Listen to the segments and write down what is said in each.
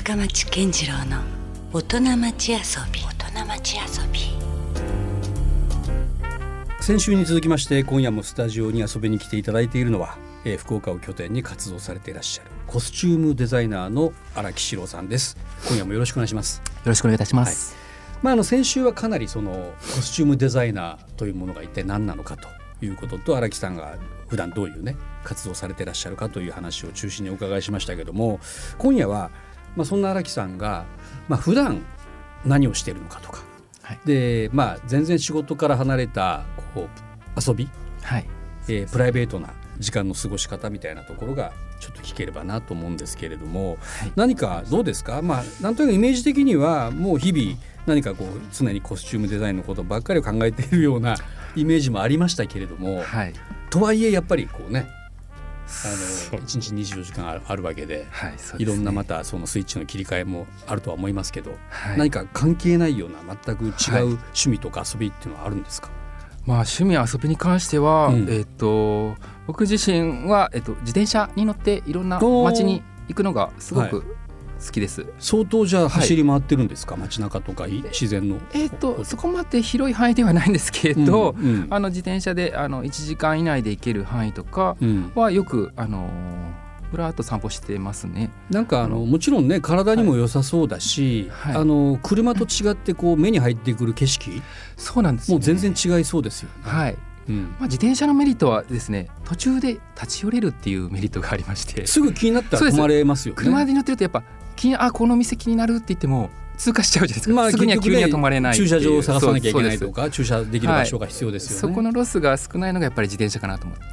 深町健次郎の大人町遊び。 先週に続きまして今夜もスタジオに遊びに来ていただいているのは、福岡を拠点に活動されていらっしゃるコスチュームデザイナーの荒木史郎さんです。今夜もよろしくお願いします。 よろしくお願いいたします。 先週はかなりそのコスチュームデザイナーというものが一体何なのかということと、荒木さんが普段どういうね活動されていらっしゃるかという話を中心にお伺いしましたけども、今夜はそんな荒木さんが普段何をしているのかとか、で全然仕事から離れた遊び、プライベートな時間の過ごし方みたいなところがちょっと聞ければなと思うんですけれども、何かどうですか？なんとなくイメージ的にはもう日々何か常にコスチュームデザインのことばっかりを考えているようなイメージもありましたけれども、とはいえやっぱり1日24時間あるわけで、いろんなまたそのスイッチの切り替えもあるとは思いますけど、何か関係ないような全く違う趣味とか遊びっていうのはあるんですか？ 趣味遊びに関しては、僕自身は、自転車に乗っていろんな街に行くのがすごく好きです。 相当じゃあ走り回ってるんですか？街中とか自然のそこまで広い範囲ではないんですけれど、自転車で1時間以内で行ける範囲とかはよくふらっと散歩してますね。 なんかもちろんね体にも良さそうだし、車と違って目に入ってくる景色、 そうなんですね、 もう全然違いそうですよね。 自転車のメリットはですね、途中で立ち寄れるっていうメリットがありまして、 すぐ気になったら止まれますよね。 車で乗ってるとやっぱこの店気になるって言っても通過しちゃうじゃないですか。すぐには急には止まれない、 駐車場を探さなきゃいけないとか、駐車できる場所が必要ですよね。 そこのロスが少ないのがやっぱり自転車かなと思って、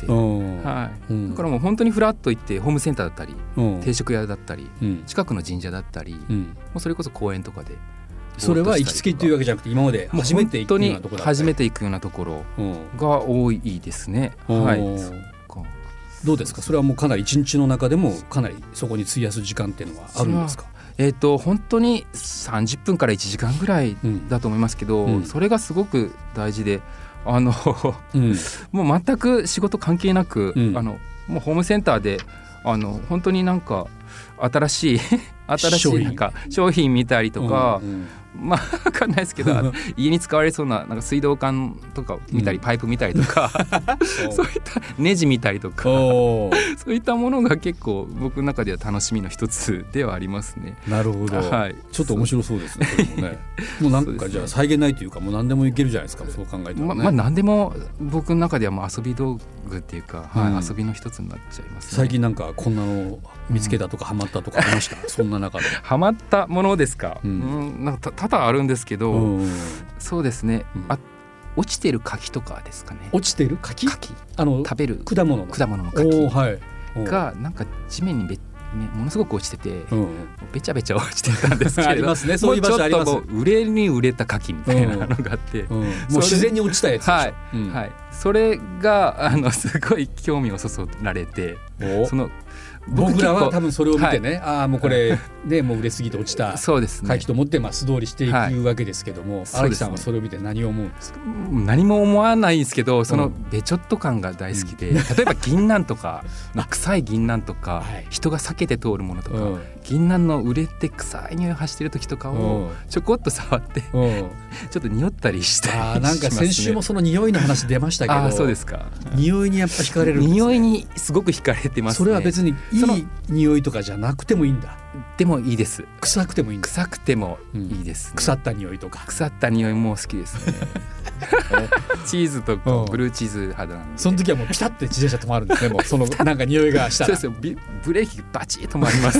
だからもう本当にフラッと行ってホームセンターだったり、定食屋だったり、近くの神社だったり、もうそれこそ公園とかで、 それは行きつけというわけじゃなくて今まで初めて行くようなところだったり、 初めて行くようなところが多いですね。 どうですか？それはもうかなり一日の中でもかなりそこに費やす時間っていうのはあるんですか？ 本当に30分から1時間ぐらいだと思いますけど、それがすごく大事で、もう全く仕事関係なく、もうホームセンターで本当になんか新しいなんか商品見たりとか、分かんないですけど家に使われそう なんか水道管とか見たり、パイプ見たりとかそういったネジ見たりとかそういったものが結構僕の中では楽しみの一つではありますね。 なるほど、ちょっと面白そうですね。もうなんかじゃあ際限ないというか、もう何でもいけるじゃないですか、そう考えてもね。 何でも僕の中ではもう遊び道具っていうか、遊びの一つになっちゃいますね。 最近なんかこんなの見つけたとかハマったとかありました？そんな中でハマったものですか？なんか多々あるんですけど、そうですね、落ちてる柿とかですかね。 落ちてる柿？ 食べる果物の柿がなんか地面にものすごく落ちてて、べちゃべちゃ落ちてたんですけどありますね、そういう場所あります。 もうちょっと売れに売れた柿みたいなのがあって、 もう自然に落ちたやつでしょ。 それがすごい興味をそそられて、 僕らは多分それを見てね、もうこれねもう売れすぎて落ちた柿と思って素通りしていくわけですけども、荒木さんはそれを見て何を思うんですか？ 何も思わないんですけど、そのべちょっと感が大好きで、例えば銀杏とか臭い銀杏とか、人が避けて通るものとか、銀杏の売れて臭い匂いを発してる時とかをちょこっと触ってちょっと匂ったりしたりしますね。 なんか先週もその匂いの話出ましたけど、 そうですか。 匂いにやっぱ惹かれるんですね。 匂いにすごく惹かれてますね。 それは別にいい匂いとかじゃなくてもいいんだ。 でもいいです。 臭くてもいいんだ。 臭くてもいいです、 腐った匂いとか。 腐った匂いも好きですね。チーズとかブルーチーズ派なんで、 その時はもうピタッて自転車止まるんですね。もうそのなんか匂いがしたらそうですよ、ブレーキバチッと止まります。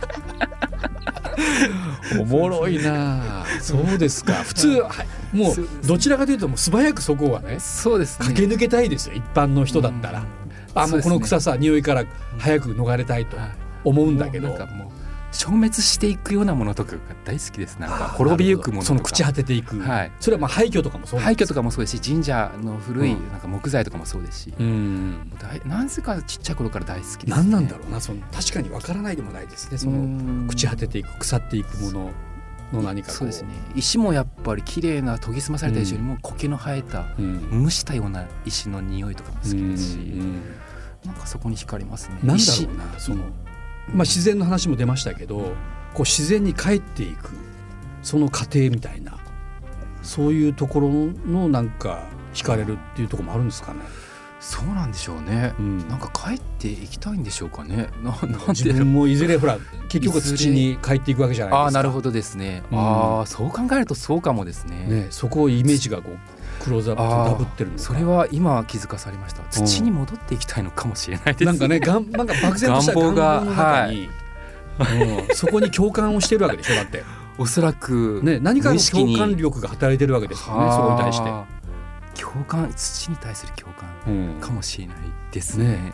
おもろいな。そうですか。普通もうどちらかというともう素早くそこはね、 そうですね、 駆け抜けたいですよ、一般の人だったら。もうこの臭さ、匂いから早く逃れたいと思うんだけど、 なんかもう消滅していくようなものとかが大好きです。なんか滅びゆくものとか、 その朽ち果てていく、それは廃墟とかもそうです。 廃墟とかもそうですし、神社の古いなんか木材とかもそうですし、なぜかちっちゃい頃から大好きですね。 何なんだろうな、確かにわからないでもないですね。その朽ち果てていく、腐っていくものの何か。 そうですね。石もやっぱり綺麗な研ぎ澄まされた石よりも苔の生えた、蒸したような石の匂いとかも好きですし、なんかそこに惹かれますね。 なんだろうな、自然の話も出ましたけど、 こう自然に帰っていくその過程みたいな、そういうところのなんか惹かれるっていうところもあるんですかね。 そうなんでしょうね、なんか帰っていきたいんでしょうかね。なん自分もいずれほら結局土に帰っていくわけじゃないですか。 なるほどですね、そう考えるとそうかもです ね。 そこをイメージがこうクローズアップダブってるのか。 それは今気づかされました。土に戻っていきたいのかもしれないですね。 なんかねなんか漠然とした願望の中に、そこに共感をしてるわけでしょ。だっておそらく、 何かの共感力が働いてるわけですよね。そこに対して共感、土に対する共感かもしれないですね。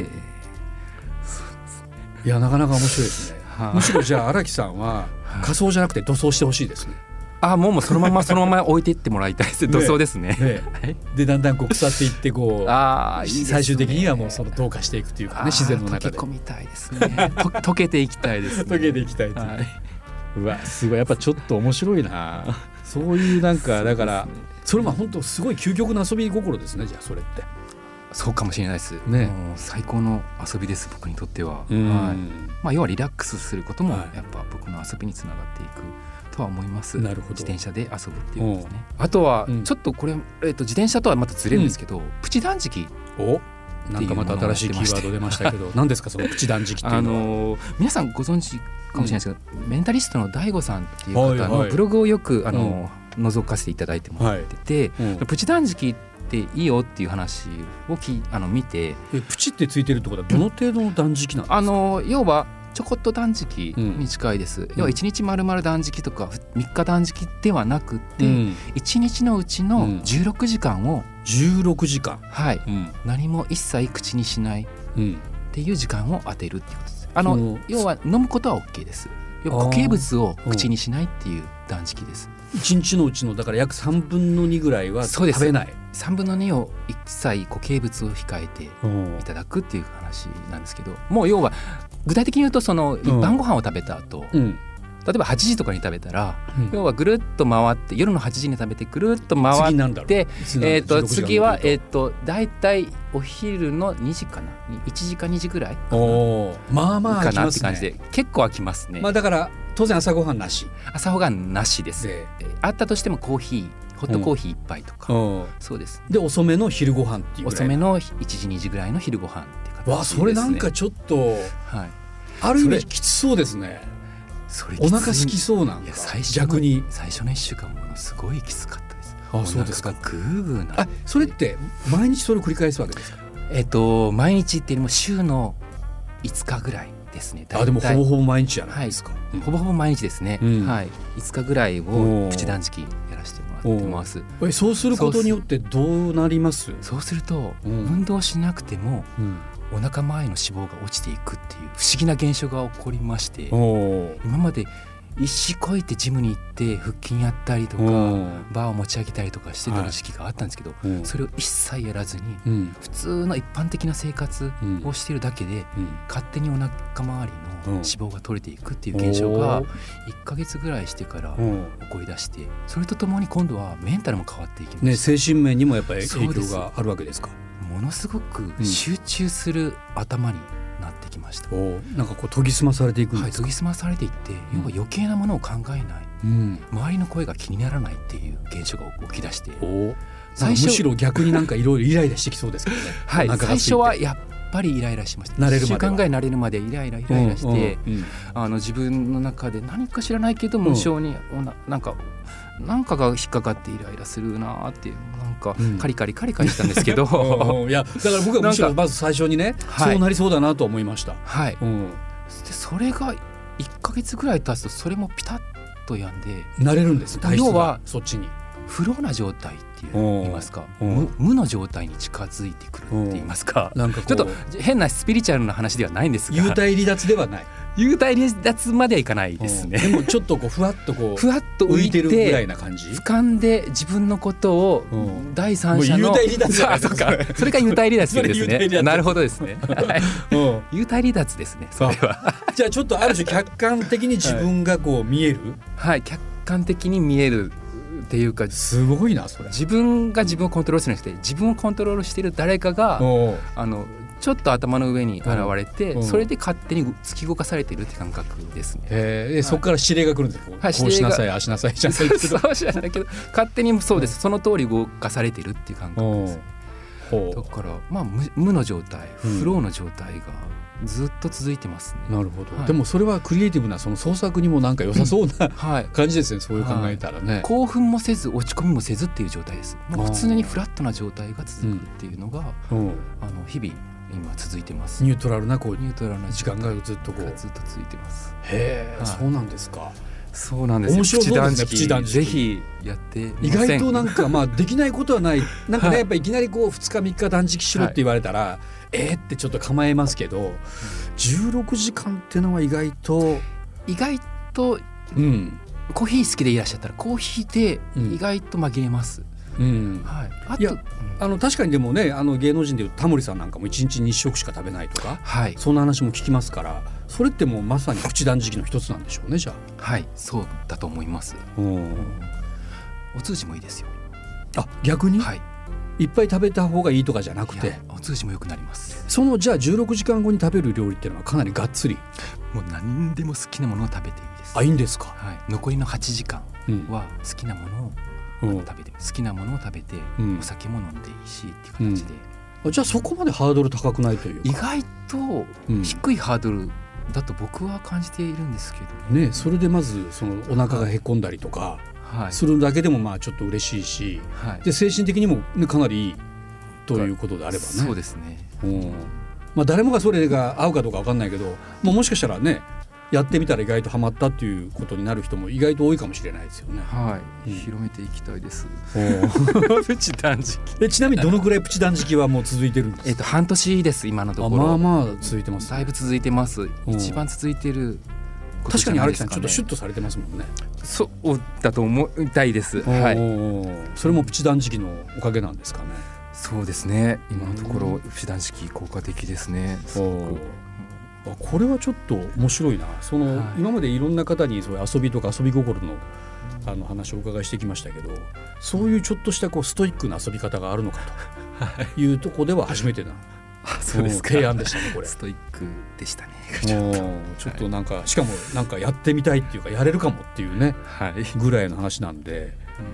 いやなかなか面白いですね。むしろじゃあ荒木さんは仮装じゃなくて土装してほしいですね。 もうそのまま置いていってもらいたいです。土装ですね。 でだんだんこう腐っていってこう最終的にはもうその同化していくというかね、自然の中で溶け込みたいですね。溶けていきたいですね。 溶けていきたいですね。うわすごい、やっぱちょっと面白いな。そういうなんかだからそれも本当すごい究極の遊び心ですね。じゃあそれってそうかもしれないですね。 もう最高の遊びです、僕にとっては。要はリラックスすることもやっぱ僕の遊びにつながっていくとは思います。 なるほど。 自転車で遊ぶっていうことですね。あとはちょっとこれ、自転車とはまたずれるんですけど、プチ断食。 なんかまた新しいキーワード出ましたけど何ですかそのプチ断食っていうのは。皆さんご存知かもしれないですけど、メンタリストの DAIGO さんっていう方のブログをよく覗かせていただいてもらってて、プチ断食っていいよっていう話を見て、 プチってついてるってことはどの程度の断食なんですか。 要はちょこっと断食に近いです。要は1日丸々断食とか3日断食ではなくて、1日のうちの16時間を 16時間、 何も一切口にしないっていう時間を当てるっていうことです。要は飲むことは OK です。固形物を口にしないっていう断食です。 1日のうちのだから約3分の2ぐらいは食べない。 3分の2を一切固形物を控えていただくっていう話なんですけど、もう要は具体的に言うとその晩ご飯を食べた後、例えば8時とかに食べたら、要はぐるっと回って夜の8時に食べてぐるっと回って次はだいたいお昼の2時かな、1時か2時ぐらいまあまあかなって感じで結構飽きますね。 だから当然朝ごはんなし。 朝ごはんなしです。あったとしてもコーヒー、ホットコーヒー1杯とか、そうです。 で遅めの昼ご飯っていうぐらい、 遅めの1時2時ぐらいの昼ご飯っていう形ですね。 それなんかちょっと、ある意味きつそうですね。お腹空きそうなんか。逆に最初の1週間ものすごいきつかったです。 そうですか。 グーグーな。 それって毎日それを繰り返すわけですか。 毎日っていうのも週の5日ぐらいですね。 でもほぼほぼ毎日じゃないですか。 ほぼほぼ毎日ですね。5日ぐらいをプチ断食やらせてもらってます。 そうすることによってどうなります？ そうすると運動しなくてもお腹周りの脂肪が落ちていくっていう不思議な現象が起こりまして、今まで一子こいてジムに行って腹筋やったりとかバーを持ち上げたりとかしてた時期があったんですけど、それを一切やらずに普通の一般的な生活をしているだけで勝手にお腹周りの脂肪が取れていくっていう現象が1ヶ月ぐらいしてから起こり出して、それとともに今度はメンタルも変わっていきました。 精神面にもやっぱり影響があるわけですか。 ものすごく集中する頭になってきました。 なんかこう研ぎ澄まされていくんですか。 研ぎ澄まされていって、要は余計なものを考えない、周りの声が気にならないっていう現象が起き出して、 むしろ逆になんかいろいろイライラしてきそうですけどね。 最初はやっぱりイライラしました。1週間ぐらい慣れるまでイライラして、自分の中で何か知らないけど無性になんかが引っかかってイライラするなっていう、なんかカリカリしたんですけどいやだから僕はむしろまず最初にね、そうなりそうだなと思いました。 でそれが1ヶ月ぐらい経つとそれもピタッとやんで慣れるんです。 要はそっちにフローな状態って言いますか、無の状態に近づいてくるって言いますか、ちょっと変なスピリチュアルな話ではないんですが、 幽体離脱ではない。 幽体離脱まではいかないですね。 でもちょっとこうふわっと浮いてるぐらいな感じ。俯瞰で自分のことを第三者の幽体離脱それが幽体離脱ですね。なるほどですね。幽体離脱ですね。それはじゃあちょっとある種客観的に自分がこう見える。 客観的に見えるっていうか、 すごいなそれ。 自分が自分をコントロールするんじゃなくて、自分をコントロールしている誰かがちょっと頭の上に現れて、それで勝手に突き動かされてるって感覚ですね。 そこから指令が来るんですか、こうしなさいあしなさいじゃないけどそうじゃないけど勝手にそうです、その通り動かされてるっていう感覚です。だから、まあ、無の状態、フローの状態がずっと続いてますね。 なるほど、でもそれはクリエイティブなその創作にもなんか良さそうな、感じですね、そういう考えたらね、 興奮もせず落ち込みもせずっていう状態です。もう常にフラットな状態が続くっていうのが、日々今続いてます。 ニュートラルな時間がずっと続いてます。 へえ、そうなんですか。 そうなんですよ。 面白そうですね、プチ断食ぜひやってみません？意外となんかまあできないことはないなんかね、やっぱいきなりこう2日3日断食しろって言われたら、ってちょっと構えますけど、16時間ってのは意外と、 コーヒー好きでいらっしゃったらコーヒーで意外と紛れます。 いや、確かにでもね、芸能人でいうタモリさんなんかも1日2食しか食べないとか、そんな話も聞きますから、それってもうまさにプチ断食の一つなんでしょうね。じゃあ、 はい、そうだと思います。お通じもいいですよ。 逆に、いっぱい食べた方がいいとかじゃなくて、 お通じも良くなります。 じゃあ16時間後に食べる料理っていうのはかなりがっつり、 もう何でも好きなものを食べていいです。 いいんですか。 残りの8時間は好きなものを食べて、好きなものを食べて、お酒も飲んでいいしっていう形で、 じゃあそこまでハードル高くないというか、 意外と低いハードルだと僕は感じているんですけどね。それでまずそのお腹がへこんだりとかするだけでもまあちょっと嬉しいし、で精神的にも、かなりいいということであればね。 そうですね。 誰もがそれが合うかどうか分かんないけど、もしかしたらね、やってみたら意外とハマったっていうことになる人も意外と多いかもしれないですよね。 広めていきたいです。 プチ断食ちなみにどのくらいプチ断食はもう続いてるんですか？ 半年です今のところ。 まあ続いてます、 だいぶ続いてます。一番続いてることじゃないですかね。確かに荒木さんちょっとシュッとされてますもんね。 そうだと思いたいです。 それもプチ断食のおかげなんですかね。 そうですね、今のところプチ断食効果的ですね。 これはちょっと面白いな。今までいろんな方にそういう遊びとか遊び心の話をお伺いしてきましたけど、そういうちょっとしたストイックな遊び方があるのかというところでは初めてな提案でしたね。これストイックでしたね。 ちょっとなんか、しかもなんかやってみたいっていうか、やれるかもっていうね、ぐらいの話なんで、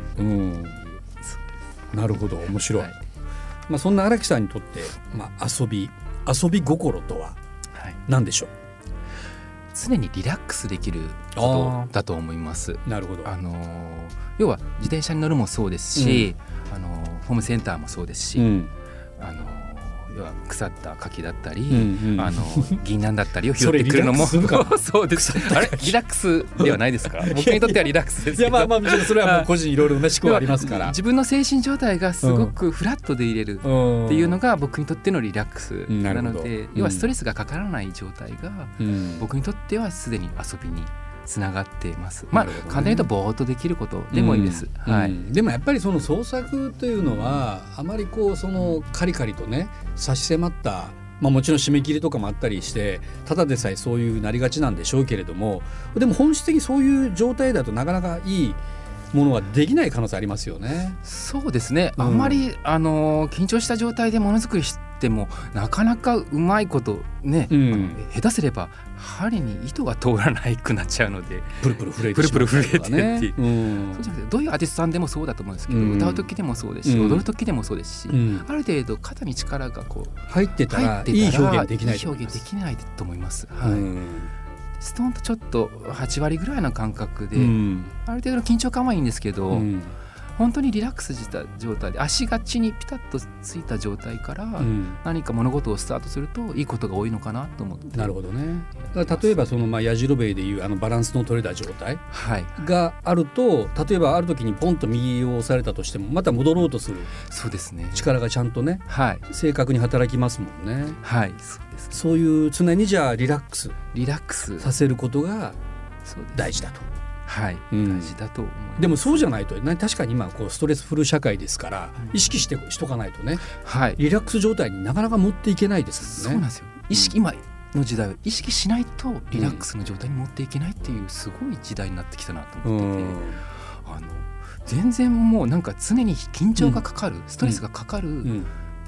なるほど、面白い。そんな荒木さんにとって、遊び心とは何でしょう？ 常にリラックスできることだと思います。 なるほど。 要は自転車に乗るもそうですし、ホームセンターもそうですし、要は腐った柿だったり、銀杏だったりを拾ってくるのもそうです。あれリラックスではないですか？僕にとってはリラックスですけど。 それはもう個人いろいろな思考ありますから、 自分の精神状態がすごくフラットでいれるっていうのが僕にとってのリラックスなので、要はストレスがかからない状態が僕にとってはすでに遊びにつながっています。簡単に言うとぼーっとできることでもいいです。 でもやっぱりその創作というのはあまりカリカリとね差し迫った、もちろん締め切りとかもあったりしてただでさえそういうなりがちなんでしょうけれども、でも本質的にそういう状態だとなかなかいいものはできない可能性ありますよね。 そうですね、あんまり緊張した状態でものづくりしてもなかなかうまいことね、下手すれば針に糸が通らないくなっちゃうのでプルプル震えてしまうとかね。 そうじゃなくて、どういうアーティストさんでもそうだと思うんですけど、歌う時でもそうですし、踊る時でもそうですし、ある程度肩に力が入ってたらいい表現できないと思います。ストンとちょっと8割ぐらいの感覚で、ある程度の緊張感はいいんですけど、本当にリラックスした状態で足が地にピタッとついた状態から何か物事をスタートするといいことが多いのかなと思って。 なるほどね。例えばやじろべえでいうバランスの取れた状態があると、例えばある時にポンと右を押されたとしてもまた戻ろうとする力がちゃんとね、正確に働きますもんね。そういう常にじゃあリラックスさせることが大事だと。 大事だと思います。 でもそうじゃないと、確かに今ストレスフル社会ですから、意識しとかないとね、リラックス状態になかなか持っていけないですもんね。 そうなんですよ。今の時代は意識しないとリラックスの状態に持っていけないっていうすごい時代になってきたなと思ってて、全然もうなんか常に緊張がかかる、ストレスがかかる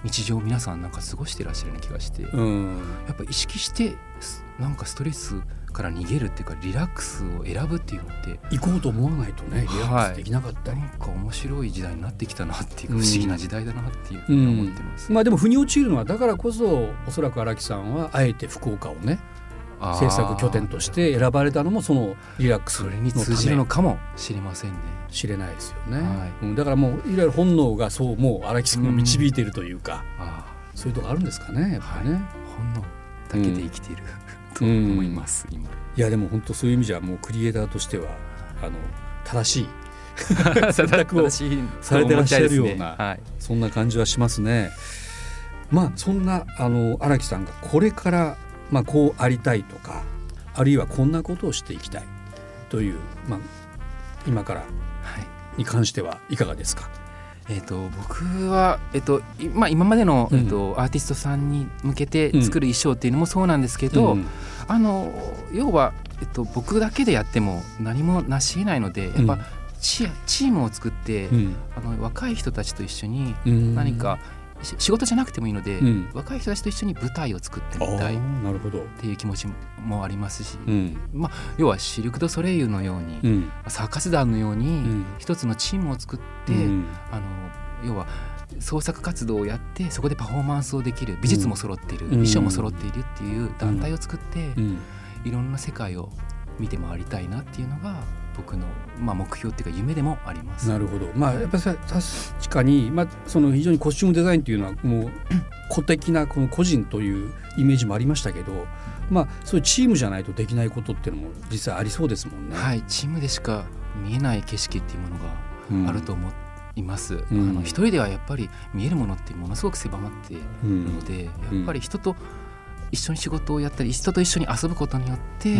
日常を皆さんなんか過ごしてらっしゃるような気がして、やっぱ意識してなんかストレスから逃げるっていうかリラックスを選ぶっていうのって行こうと思わないとねリラックスできなかったり、 なんか面白い時代になってきたなっていうか、不思議な時代だなっていうふうに思ってます。 まあでも腑に落ちるのはだからこそおそらく荒木さんはあえて福岡をね制作拠点として選ばれたのもそのリラックスのため、 それに通じるのかもしれませんね。 知れないですよね、だからもういわゆる本能がそうもう荒木さんを導いているというか、そういうとこあるんですかねやっぱりね、 本能だけで生きている、と思います今。 いやでも本当そういう意味じゃもうクリエイターとしては正しい選択をされてらっしゃるような、そんな感じはしますね。まあそんな荒木さんがこれからこうありたいとか、あるいはこんなことをしていきたいという、今からに関してはいかがですか？ 僕は、今までの、アーティストさんに向けて作る衣装っていうのもそうなんですけど、要は、僕だけでやっても何も成し得ないので、やっぱチームを作って、若い人たちと一緒に何か仕事じゃなくてもいいので、若い人たちと一緒に舞台を作ってみたいっていう気持ちもありますし、要はシルク・ドゥ・ソレイユのように、サーカス団のように一つのチームを作って、要は創作活動をやってそこでパフォーマンスをできる、美術も揃っている、衣装も揃っているっていう団体を作って、いろんな世界を見て回りたいなっていうのが僕の目標っていうか夢でもあります。 なるほど。やっぱり確かに、その非常にコスチュームデザインっていうのはもう個的なこの個人というイメージもありましたけど、そういうチームじゃないとできないことっていうのも実際ありそうですもんね。 はい、チームでしか見えない景色っていうものがあると思います。一人ではやっぱり見えるものってものすごく狭まっているので、やっぱり人と一緒に仕事をやったり人と一緒に遊ぶことによって、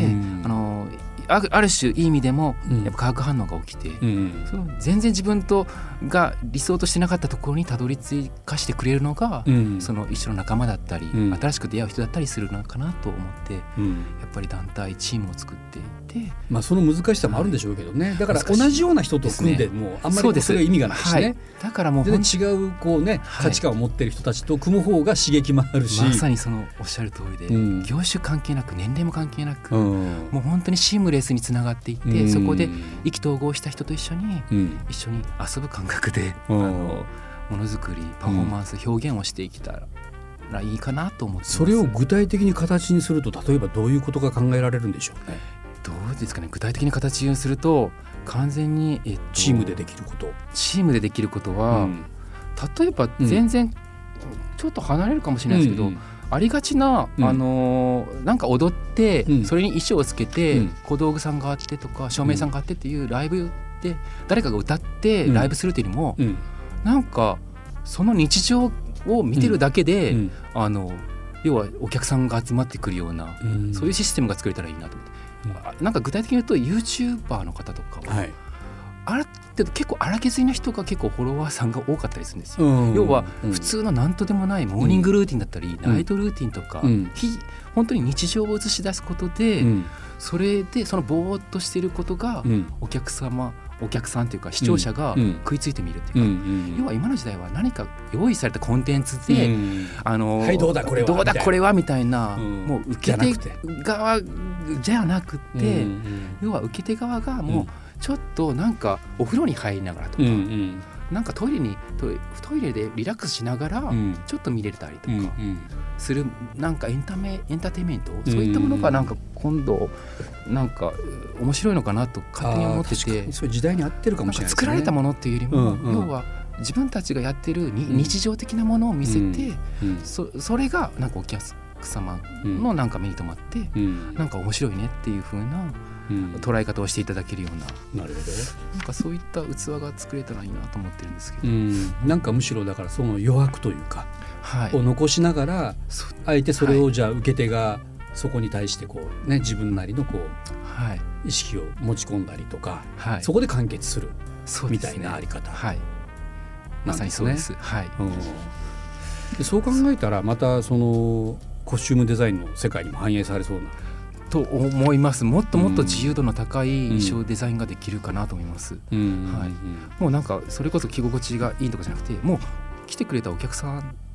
ある種いい意味でもやっぱ化学反応が起きて、その全然自分が理想としてなかったところにたどり着かしてくれるのが、その一緒の仲間だったり、新しく出会う人だったりするのかなと思って、やっぱり団体チームを作っていて、 その難しさもあるんでしょうけどね、だから同じような人と組んでもあんまりそれは意味がないしね、 だからもう全然違う価値観を持っている人たちと組む方が刺激もあるし、 まさにそのおっしゃる通りで、業種関係なく年齢も関係なく、もう本当にシームレスにつながっていって、そこで意気投合した人と一緒に遊ぶ感覚でものづくりパフォーマンス、表現をしていけたらいいかなと思ってます。 それを具体的に形にすると例えばどういうことが考えられるんでしょうね。 どうですかね、具体的に形にすると完全に、 チームでできることは、例えば全然ちょっと離れるかもしれないですけど、ありがちな、なんか踊って、それに衣装をつけて、小道具さんがあってとか照明さんがあってっていうライブで誰かが歌ってライブするというよりも、なんかその日常を見てるだけで、要はお客さんが集まってくるような、そういうシステムが作れたらいいなと思って、なんか具体的に言うと YouTuber の方とかは、結構荒削りな人が結構フォロワーさんが多かったりするんですよ。要は普通の何とでもないモーニングルーティンだったり、ナイトルーティンとか、本当に日常を映し出すことで、それでそのぼーっとしていることが、お客さんというか視聴者が食いついてみるっていうか、要は今の時代は何か用意されたコンテンツで、 どうだこれはみたいな、もう受け手側じゃなくて、要は受け手側がもうちょっとなんかお風呂に入りながらとか、なんかトイレでリラックスしながらちょっと見れたりとかする、なんかエンターテインメント、そういったものがなんか今度なんか面白いのかなと勝手に思ってて、 そういう時代に合ってるかもしれないですね。 作られたものっていうよりも、要は自分たちがやってる日常的なものを見せて、それがなんかお客様のなんか目に留まって、なんか面白いねっていう風な捉え方をしていただけるような、 なるほど、 なんかそういった器が作れたらいいなと思ってるんですけど、 なんかむしろだからその余白というか、を残しながら、あえてそれをじゃあ受け手がそこに対して自分なりの意識を持ち込んだりとか、そこで完結するみたいなあり方、 まさにそうです。 そう考えたらまたそのコスチュームデザインの世界にも反映されそうなと思います。もっともっと自由度の高い衣装デザインができるかなと思います。もうなんかそれこそ着心地がいいとかじゃなくて、もう来てくれたお客さん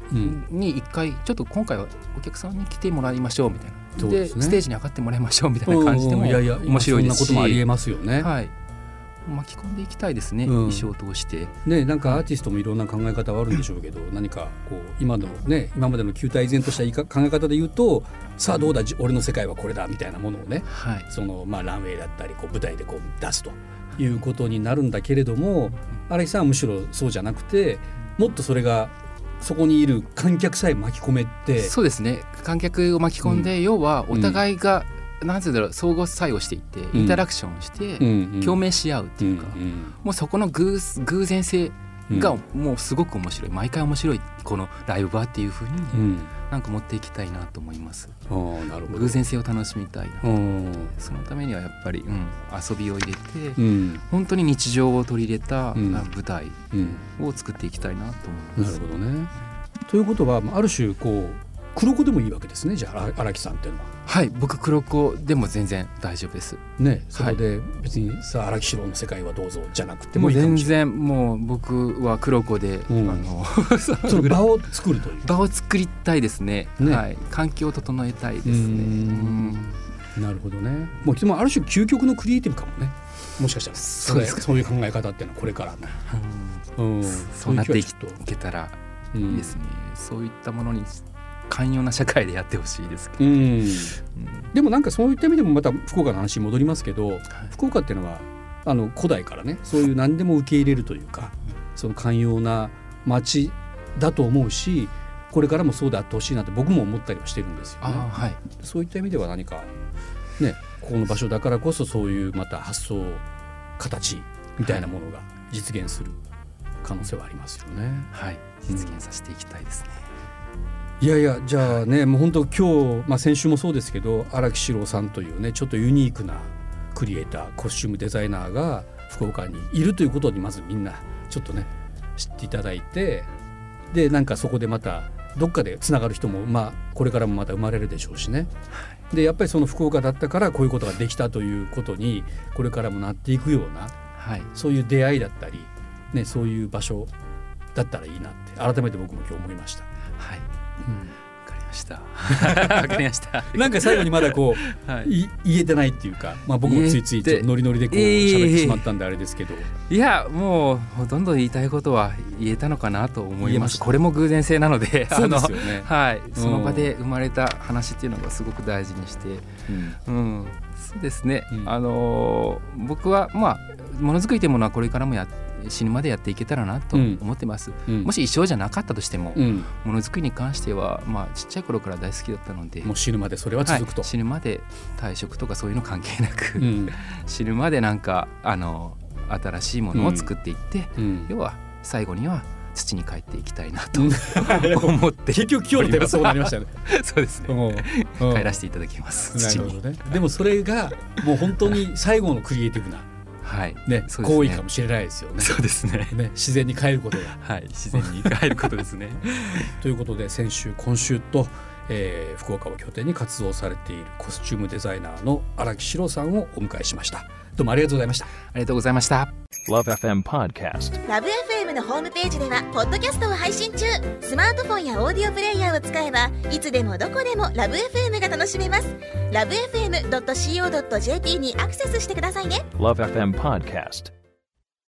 に一回ちょっと今回はお客さんに来てもらいましょうみたいなで、ステージに上がってもらいましょうみたいな感じでも面白いですし、 そんなこともありえますよね。 はい、巻き込んでいきたいですね、衣装を通してね。なんかアーティストもいろんな考え方はあるんでしょうけど、何かこう今までの旧態依然とした考え方で言うと、さあどうだ俺の世界はこれだみたいなものをね、そのランウェイだったりこう舞台でこう出すということになるんだけれども、荒木さんはむしろそうじゃなくて、もっとそれがそこにいる観客さえ巻き込めて、 そうですね、観客を巻き込んで、要はお互いがなんていうんだろう、相互作用していってインタラクションして共鳴し合うっていうか、もうそこの偶然性がもうすごく面白い、毎回面白いこのライブバーっていう風になんか持っていきたいなと思います。 なるほど。 偶然性を楽しみたいな。そのためにはやっぱり、遊びを入れて、本当に日常を取り入れた舞台を作っていきたいなと思います。 なるほどね。ということはある種こう黒子でもいいわけですね、じゃあ荒木さんっていうのは。 はい、僕黒子でも全然大丈夫ですね。そこで別にさあ荒木史郎の世界はどうぞじゃなくてもいいかもしれない。もう全然もう僕は黒子で、 その場を作るという場を作りたいですね。はい、環境を整えたいですね。 なるほどね。もうある種究極のクリエイティブかもね、もしかしたら。そういう考え方っていうのはこれからの、 そうなっていけたらいいですね。そういったものに寛容な社会でやってほしいですけど、 でもなんかそういった意味でもまた福岡の話に戻りますけど、福岡っていうのは古代からね、そういう何でも受け入れるというか、その寛容な街だと思うし、これからもそうであってほしいなって僕も思ったりはしてるんですよね。そういった意味では何かね、ここの場所だからこそそういうまた発想形みたいなものが実現する可能性はありますよね。 はい、実現させていきたいですね。 いやいや、じゃあね、もう本当今日、先週もそうですけど、荒木史郎さんというね、ちょっとユニークなクリエイター、コスチュームデザイナーが福岡にいるということにまずみんなちょっとね知っていただいて、でなんかそこでまたどっかでつながる人もこれからもまた生まれるでしょうしね。でやっぱりその福岡だったからこういうことができたということにこれからもなっていくような、そういう出会いだったり、ね、そういう場所だったらいいなって改めて僕も今日思いました。 はい、わかりましたわかりましたなんか最後にまだこう、言えてないっていうか、僕もついついちょっとノリノリでこう喋ってしまったんであれですけど、 いやもうほとんど言いたいことは言えたのかなと思います。これも偶然性なので、 そうですよね。 その場で生まれた話っていうのがすごく大事にして、そうですね、僕はものづくりというものはこれからも死ぬまでやっていけたらなと思ってます。もし一生じゃなかったとしても、ものづくりに関してはちっちゃい頃から大好きだったので、 もう死ぬまでそれは続くと、 死ぬまで退職とかそういうの関係なく、死ぬまでなんか新しいものを作っていって、要は最後には土に帰っていきたいなと思って結局今日のテーマそうなりましたねそうですね、帰らせていただきます。 なるほどね。でもそれがもう本当に最後のクリエイティブな行為かもしれないですよね。 そうですね。 自然に帰ることが、 自然に帰ることですねということで先週今週と、福岡を拠点に活動されているコスチュームデザイナーの荒木史郎さんをお迎えしました。どうもありがとうございました。 ありがとうございました。 LoveFM Podcast。 LoveFM のホームページではポッドキャストを配信中。スマートフォンやオーディオプレイヤーを使えばいつでもどこでも LoveFM が楽しめます。 LoveFM.co.jp にアクセスしてくださいね。 LoveFM Podcast。